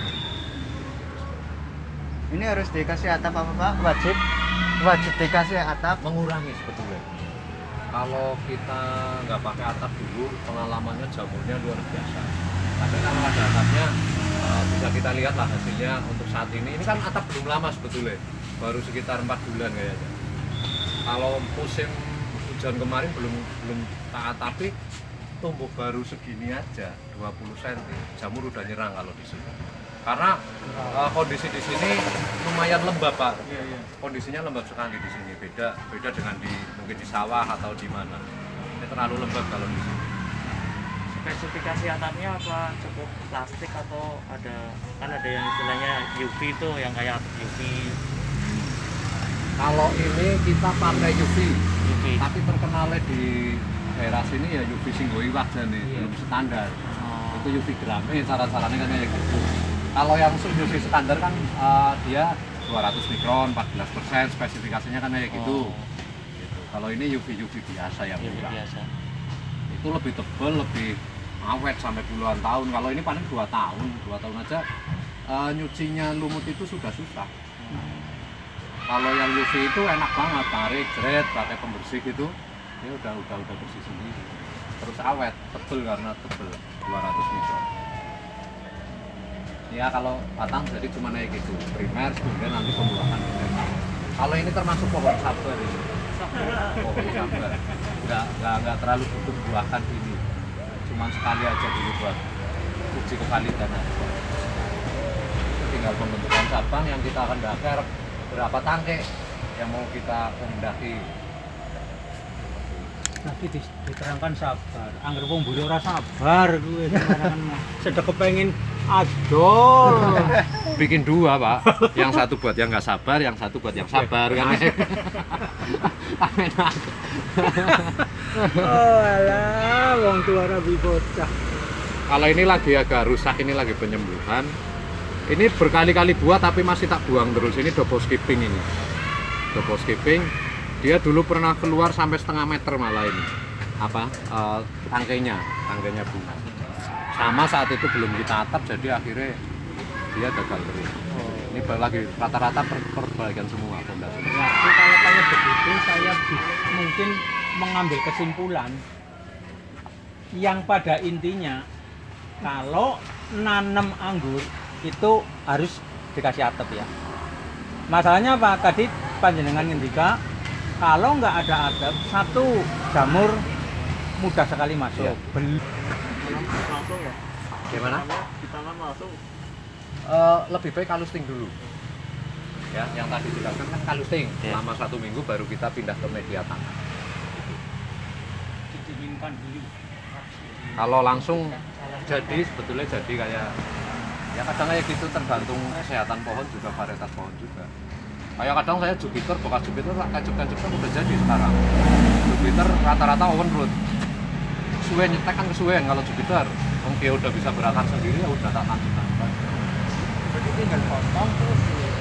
Ini harus dikasih atap apa Pak? Wajib dikasih atap. Mengurangi sebetulnya. Kalau kita nggak pakai atap dulu, pengalamannya jamurnya luar biasa. Tapi kalau ada atapnya bisa kita lihat lah hasilnya untuk saat ini. Ini kan atap belum lama sebetulnya, baru sekitar 4 bulan kayaknya. Kalau musim hujan kemarin belum tak atapi, tumbuh baru segini aja 20 cm, jamur udah nyerang kalau di sini. Karena kondisi di sini lumayan lembab Pak. Kondisinya lembab sekali di sini. Beda dengan mungkin di sawah atau di mana. Ini terlalu lembab kalau di sini. Spesifikasi atapnya apa? Cukup plastik atau kan ada yang istilahnya UV itu yang kayak UV. Kalau ini kita pakai UV, UV. tapi terkenalnya di daerah sini ya UV Singgo Iwak nih, belum standar. Itu UV Grame, cara-caranya kan kayak gitu. Kalau yang UV standar kan dia 200 mikron, 14%, spesifikasinya kan kayak gitu. Gitu. Kalau ini UV biasa yang UV murah. biasa. Itu lebih tebal, lebih awet sampai puluhan tahun. Kalau ini paling 2 tahun aja nyucinya lumut itu sudah susah. Kalau yang UV itu enak banget, tarik, jeret, pakai pembersih gitu, dia udah bersih sendiri. Terus awet, tebel karena tebel 200 mikron. Ya kalau batang jadi cuma kayak gitu, primer, kemudian nanti pembuahan. Kalau ini termasuk pohon sabar ini. Pohon sabar. Nggak terlalu butuh buahkan ini. Cuma sekali aja dulu buat uji kevalidan aja. Tinggal pembentukan cabang yang kita akan bakar berapa tangkai. Ya yang mau kita kehendaki. Tapi diterangkan sabar. Angger wong mburi ora sabar kuwi sembarangan mah. Sedek kepengin adol. Bikin dua, Pak. Yang satu buat yang nggak sabar, yang satu buat yang sabar kan. Oh alah, wong tua rabi bocah. Kalau ini lagi agak rusak, ini lagi penyembuhan. Ini berkali-kali buat tapi masih tak buang terus. Ini double skipping ini. Double skipping. Dia dulu pernah keluar sampai setengah meter malah ini. Apa? Tangkainya bunga. Sama saat itu belum kita atap, jadi akhirnya dia gagal terus. Ini lagi rata-rata perbaikan semua fondasi. Berarti kalau kayak begitu saya mungkin mengambil kesimpulan yang pada intinya kalau nanam anggur itu harus dikasih atap ya. Masalahnya apa? Tadi panjenengan ngendika kalau nggak ada atap, satu jamur mudah sekali masuk. Iya. Langsung ya? Gimana? Ditanam langsung. Lebih baik kalusting dulu. Ya, yang tadi dilakukan kan kalusting. Selama 1 minggu baru kita pindah ke media tanam. Didinginkan dulu. Kalau langsung jadi sebetulnya jadi kayak ya kadang kayak gitu tergantung kesehatan pohon juga varietas pohon juga. Kayak kadang saya Jupiter, bekas Jupiter tak kancep-kancep udah jadi sekarang. Jupiter rata-rata oven root. Suwe nyetek kan kesuwen kalau Jupiter. Wong dia udah bisa berakar sendiri ya udah tak tancep. Berarti tinggal potong terus.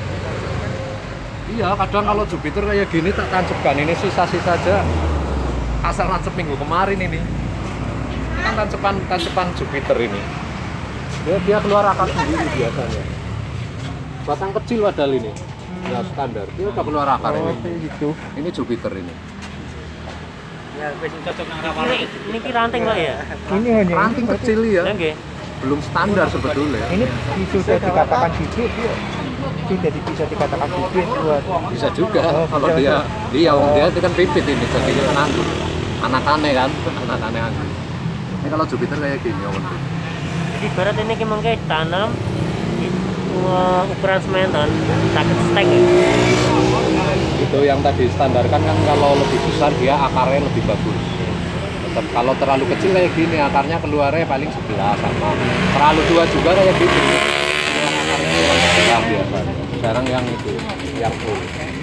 Iya, kadang kalau Jupiter kayak gini tak tancapkan ini sisa-sisa aja. Asal nancep minggu kemarin ini. Kan tancepan Jupiter ini. Dia keluar akar sendiri biasanya. Batang kecil padahal ini. Ya standar. Dia udah keluar akar ini. Gitu. Ini Jupiter ini. Ya wis cocok nang rawane. Ini ranting Pak ya? Ini hanya Ranting kecil ya. Ya nggih. Belum standar sebetulnya. ini sudah dikatakan bibit ya. Sudah bisa dikatakan bibit buat Bisa juga Oh, kalau bisa, dia itu kan bibit ini jadinya kan anggur. Anakannya kan, anakannya anggur. Ini kalau Jupiter kayak gini oven root. Jadi ibarat ini kita mengke tanam ukuran semeton sakit stek ya. Itu yang tadi standarkan kan kalau lebih besar dia akarnya lebih bagus. Tetap kalau terlalu kecil kayak gini akarnya keluarnya paling 11 sama. Terlalu tua juga kayak gini. Yang akarnya cuma 11 biasanya. Sekarang yang itu, yang full.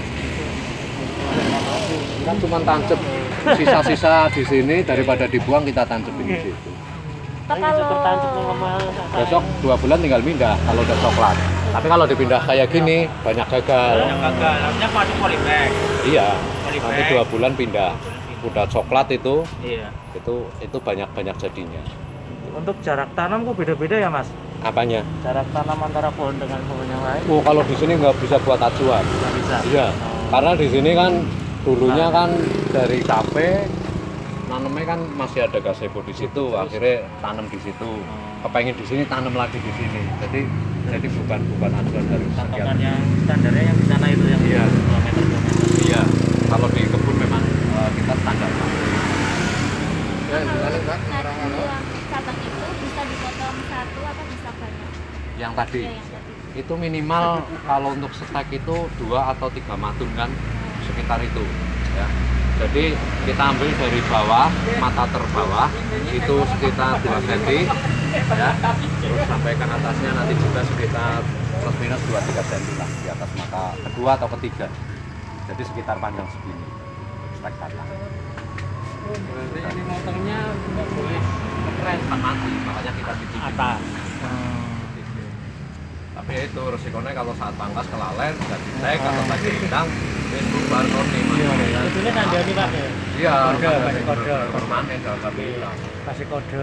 Kan cuma tancep sisa-sisa di sini daripada dibuang kita tancepin di situ. Besok 2 bulan tinggal pindah kalau udah coklat. Tapi kalau dipindah kayak gini banyak gagal. Yang gagal, harusnya masuk polybag. Iya. Nanti 2 bulan pindah. Udah coklat itu Iya. itu banyak jadinya. Untuk jarak tanam kok beda-beda ya Mas? Apanya? Jarak tanam antara pohon dengan pohon yang lain Oh, kalau di sini nggak bisa buat acuan. nggak bisa. Iya. Karena di sini kan dulunya kan dari kafe nanamnya kan masih ada gazebo di situ, akhirnya tanam di situ. Kepengen di sini tanam lagi di sini. Jadi bukan acuan dari Patokan sekian. yang standarnya yang di sana itu yang Iya. kilometer. Iya. Kalau di kebun memang kita standar. Ya, Kalau yang cabang itu bisa dipotong satu atau bisa banyak? yang tadi Ya, yang tadi. itu minimal kalau untuk stek itu 2 atau 3 matun kan sekitar itu ya. Jadi kita ambil dari bawah, mata terbawah itu sekitar 2 cm ya. Terus sampai ke atasnya nanti juga sekitar plus minus 2-3 cm lah di atas mata kedua atau ketiga. Jadi sekitar panjang segini stek tanah. Berarti ini motongnya nggak boleh Keren kan mati, makanya kita titipin Atas. Tapi ya itu resikonya kalau saat pangkas kelalen nggak dicek atau lagi hidang itu baru noni Itu ini kandani Pak ya? iya Kode, kasih kode. permanen kalau tapi hilang Kasih kode.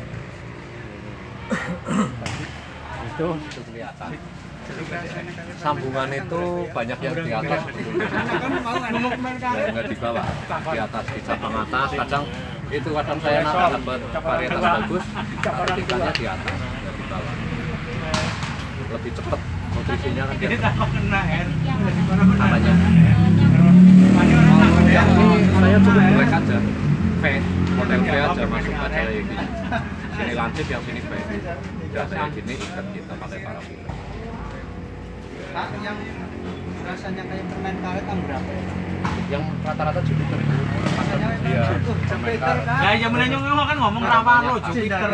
itu kelihatan sambungan itu banyak yang di atas nggak di bawah di atas di cabang atas kadang saya dapat varietas bagus ikannya di atas nggak di bawah lebih cepat nutrisinya kan dia apanya yang ini saya cukup black aja V model V aja masuk aja kayak gini sini lancip yang sini V udah kayak gini ikat kita pakai parafin rasanya kayak permen karet yang berapa? Yang rata-rata Jupiter itu Rasanya iya, Jupiter kan? Nah, yang menanyong kan ngomong rawa lo Jupiter.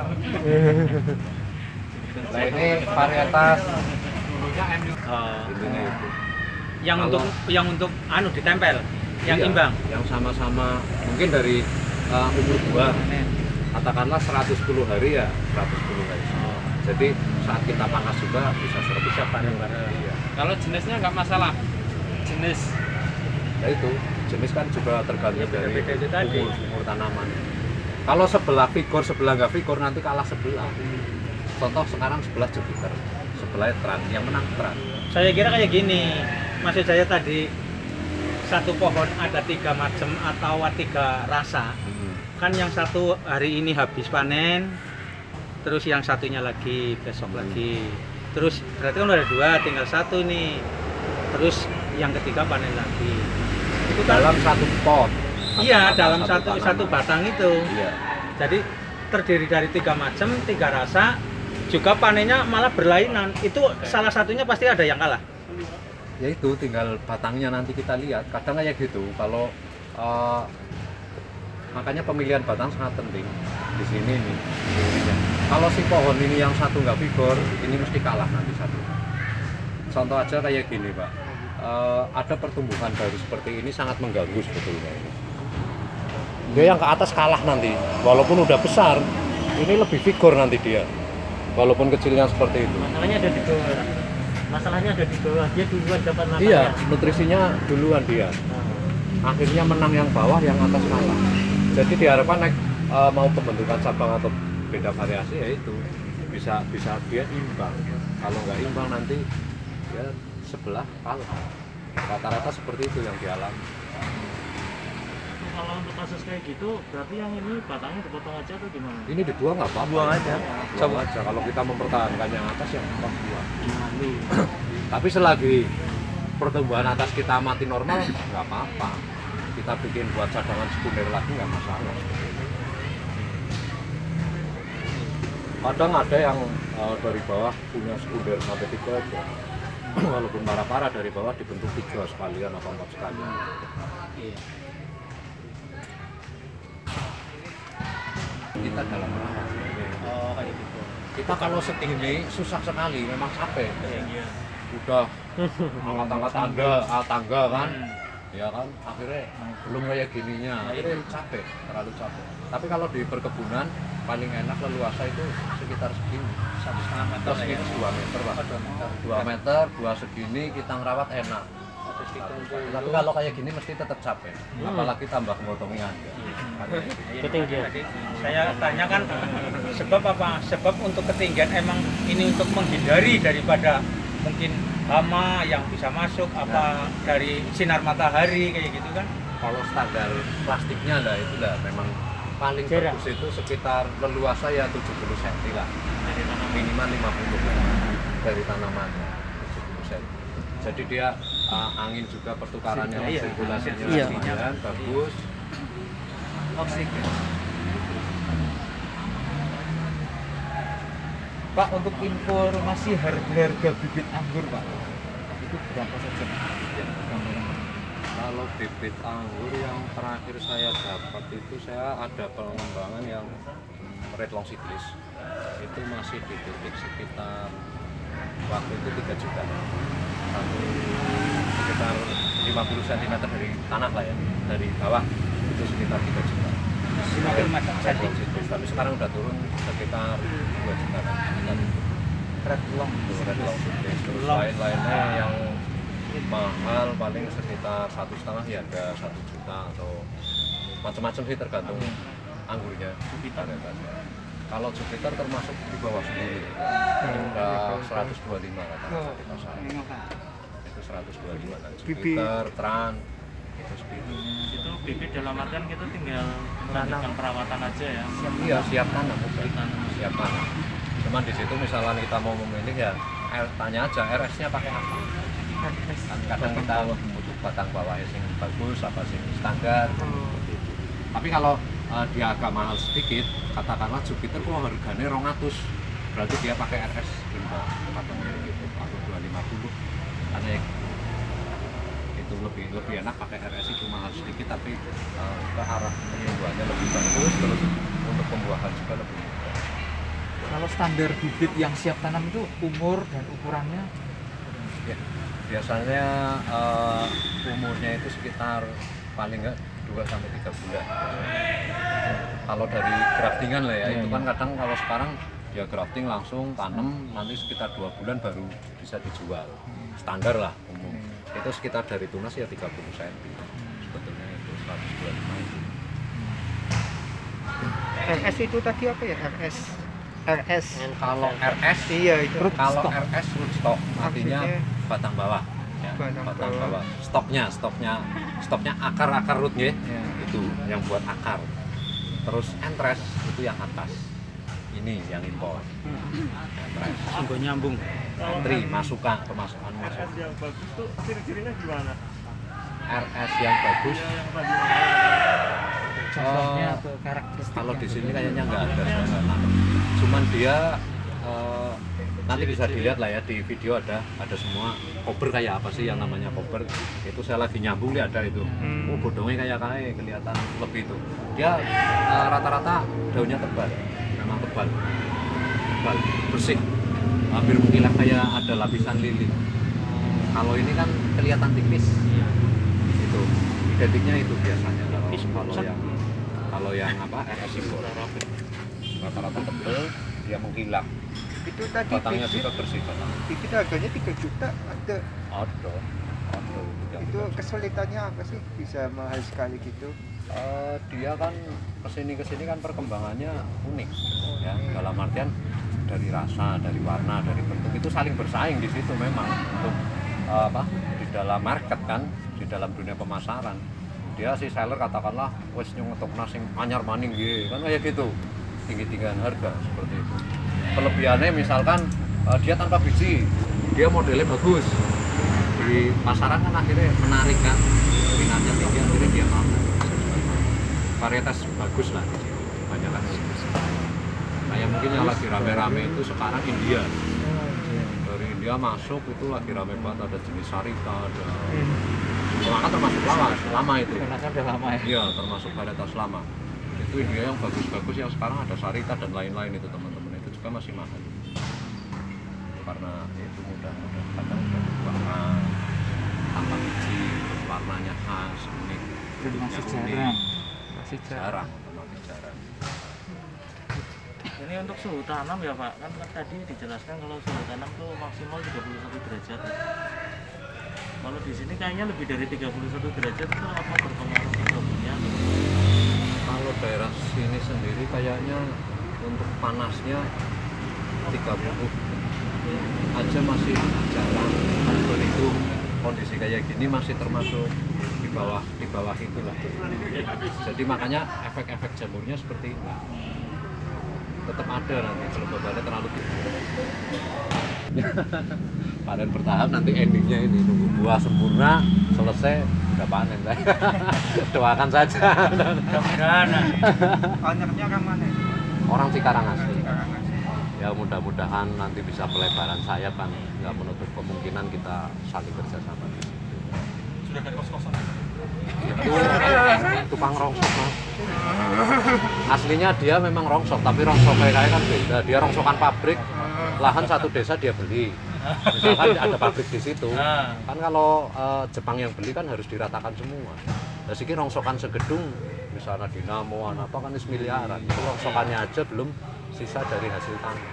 Nah ini varietas Oh, intinya itu. yang untuk anu ditempel, yang Iya, imbang. yang sama-sama mungkin dari umur buah katakanlah 110 hari ya 110 hari. Jadi saat kita pangkas juga bisa panen bareng. Iya. Kalau jenisnya nggak masalah. Jenis Nah itu jenis kan juga tergantung Ya, dari beda-beda itu tadi. umur tanaman. Kalau sebelah vigor sebelah nggak vigor nanti kalah sebelah. Contoh sekarang sebelah Jupiter, sebelah Tran, yang menang Tran. Saya kira kayak gini, maksud saya tadi satu pohon ada 3 macam atau 3 rasa. Kan yang satu hari ini habis panen, terus yang satunya lagi besok lagi. Terus berarti kan ada 2, tinggal 1 nih. Terus yang ketiga panen lagi. Itu kan Dalam satu pot. iya, dalam tanaman. satu batang itu. Iya. Jadi terdiri dari 3 macam, 3 rasa, juga panennya malah berlainan. Itu salah satunya pasti ada yang kalah. Ya itu tinggal batangnya nanti kita lihat. Kadang kayak gitu. Kalau makanya pemilihan batang sangat penting di sini nih. Kalau si pohon ini yang satu nggak vigor, ini mesti kalah nanti satu. Contoh aja kayak gini Pak. Ada pertumbuhan baru seperti ini sangat mengganggu sebetulnya ini. Dia yang ke atas kalah nanti, walaupun udah besar, ini lebih vigor nanti dia. Walaupun kecilnya seperti itu. Masalahnya ada di bawah. Masalahnya ada di bawah. Dia duluan dapat makannya. Iya, nutrisinya duluan dia. Akhirnya menang yang bawah, yang atas kalah. Jadi diharapkan mau pembentukan cabang atau beda variasi ya itu bisa dia imbang. Kalau nggak imbang nanti ya sebelah kalah. Rata-rata seperti itu yang dialami. Kalau untuk kasus kayak gitu, berarti yang ini batangnya dipotong aja atau gimana? Ini dibuang nggak apa-apa. Buang aja. Buang aja. Kalau kita mempertahankan yang atas yang bawah buang. Tapi selagi pertumbuhan atas kita mati normal nggak apa-apa. Kita bikin buat cadangan sekunder lagi nggak masalah. Kadang ada yang dari bawah punya sekunder sampai 3 aja. Walaupun parah-parah dari bawah dibentuk 3 sekalian atau 4 sekalian. Iya. Kita dalam merawat. Oh, kayak gitu. Kita kalau segini susah sekali, memang capek. Iya. Udah angkat-angkat tangga kan, ya kan, akhirnya belum kayak gininya, akhirnya capek, terlalu capek. Tapi kalau di perkebunan paling enak leluasa itu sekitar segini, 1,5 meter terus ya. 2 meter Pak. 2 meter, 2 segini kita ngerawat enak. Tapi kalau kayak gini mesti tetap capek, apalagi tambah ngotongi aja. Ketinggian. Tadi saya tanyakan sebab apa? Sebab untuk ketinggian emang ini untuk menghindari daripada mungkin hama yang bisa masuk apa dari sinar matahari kayak gitu kan? Kalau standar plastiknya lah itu lah memang paling Jarak. bagus itu sekitar leluasa ya 70 cm lah, minimal 50 lah dari tanamannya 70 cm. Jadi dia angin juga pertukarannya, Iya. sirkulasinya Iya. lumayan bagus. Oksigen. Pak, untuk informasi harga bibit anggur Pak, itu berapa saja? Kalau bibit anggur yang terakhir saya dapat itu saya ada pengembangan yang red long seedless itu masih di titik sekitar waktu itu 3 juta, sekitar 50 cm dari tanah lah ya, dari bawah itu sekitar 3 juta. Semakin macam Red long seedless, tapi sekarang udah turun sekitar 2 juta kan. Red long. Red long seedless. Terus lain-lainnya yang mahal paling sekitar 1,5 ya ada 1 juta atau macam-macam sih tergantung anggurnya. Kalau Jupiter termasuk di bawah 10 udah 125 kata di pasaran. Itu 125 kan. Jupiter, Tran itu segitu. Itu bibit dalam artian kita tinggal melanjutkan perawatan aja ya. Iya, siap tanam udah. Ditanam. Siap tanam. Cuman di situ misalnya kita mau memilih ya tanya aja RS-nya pakai apa. Kan kadang kita butuh batang bawah yang bagus apa sih standar seperti itu. Tapi kalau dia agak mahal sedikit, katakanlah Jupiter kok harganya 200, berarti dia pakai RS 5 batangnya gitu atau 250 karena lebih enak pakai RSI, cuma harus sedikit tapi ke arah pertumbuhannya lebih bagus, terus untuk pembuahan juga lebih mudah. Kalau standar bibit yang siap tanam itu umur dan ukurannya Ya, biasanya umurnya itu sekitar paling nggak 2-3 bulan. Kalau dari graftingan lah ya, itu kan kadang kalau sekarang ya grafting langsung tanam nanti sekitar 2 bulan baru bisa dijual. Standar lah umum. Itu sekitar dari tunas ya 30 cm. Sebetulnya itu 125 itu. RS itu tadi apa ya? RS. Kalau RS Iya itu. kalau RS rootstock artinya Maksudnya batang bawah. Ya, batang batang bawah. bawah. Stoknya akar root ya. Itu yang buat akar. Terus entres itu yang atas. Ini yang impor. Entres. Sungguh nyambung. Entry pemasukan masuk. RS yang bagus tuh ciri-cirinya gimana? RS yang bagus. contohnya atau karakteristik? Kalau di sini kayaknya nggak ada, saya nggak nangkep. Cuman dia nanti bisa dilihat lah ya di video ada semua kober kayak apa sih yang namanya kober. Itu saya lagi nyambung lihat ada itu. Oh bodongnya kayak kelihatan lebih itu. Dia rata-rata daunnya tebal, memang tebal, bersih. Hampir mengkilap kayak ada lapisan lilin. Kalau ini kan kelihatan tipis. Itu identiknya itu biasanya kalau yang apa RS impor. Rata-rata tebal, dia mengkilap. itu tadi Batangnya bibit, juga bersih batang. bibit harganya 3 juta ada. Ada. Itu kesulitannya apa sih bisa mahal sekali gitu? Dia kan kesini kan perkembangannya unik ya, dalam artian dari rasa, dari warna, dari bentuk itu saling bersaing di situ memang untuk di dalam market kan, di dalam dunia pemasaran. Dia si seller katakanlah wes nyetok nasi anyar maning gitu kan kayak gitu, tinggi-tinggian harga seperti itu. Kelebihannya misalkan dia tanpa biji, dia modelnya bagus. Di pasaran kan akhirnya menarik kan, minatnya tinggi akhirnya dia mau. Varietas bagus lah di sini, kebanyakan bagus. Kayak mungkin yang lagi rame-rame itu sekarang India. Dari India masuk itu lagi rame banget, ada jenis Sarita, ada kan termasuk lama itu. Karena kan udah lama ya. Iya, termasuk varietas lama. Itu India yang bagus-bagus yang sekarang ada Sarita dan lain-lain itu teman-teman, itu juga masih mahal. Karena itu mudah kadang warna tanpa biji, warnanya khas, unik. Dan masih Bentuknya jarang. jarang. Ini untuk suhu tanam ya Pak, kan tadi dijelaskan kalau suhu tanam tuh maksimal 31 derajat. Kalau di sini kayaknya lebih dari 31 derajat itu apa berpengaruh ke kebunnya? Kalau daerah sini sendiri kayaknya untuk panasnya 30 aja masih jarang. Dan itu kondisi kayak gini masih termasuk di bawah itulah. Jadi makanya efek-efek jamurnya seperti ini. Tetap ada nanti kalau bebannya terlalu tinggi. Panen bertahap nanti endingnya ini nunggu buah sempurna selesai udah panen lah. Doakan saja. Mudah-mudahan. Ownernya orang mana? Orang Cikarang asli. Ya mudah-mudahan nanti bisa pelebaran sayap kan, nggak menutup kemungkinan kita saling kerjasama di situ. Sudah ada kos-kosan. Itu tukang rongsok mas. Aslinya dia memang rongsok, tapi rongsok kayak kan beda. Dia rongsokan pabrik, lahan satu desa dia beli. Misalkan ada pabrik di situ, kan kalau Jepang yang beli kan harus diratakan semua. Nah, sini rongsokan segedung, misalnya dinamo, apa kan miliaran. Itu rongsokannya aja belum sisa dari hasil tanah.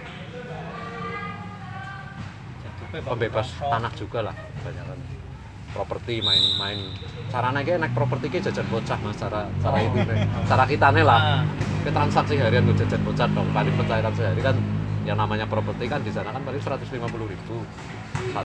Pembebas tanah juga lah, kebanyakan properti main caranya kayak naik properti kayak jajan bocah mas, cara itu cara kita nih lah ke transaksi harian gue jajan bocah dong, paling pencairan sehari kan yang namanya properti kan di sana kan paling 150.000 1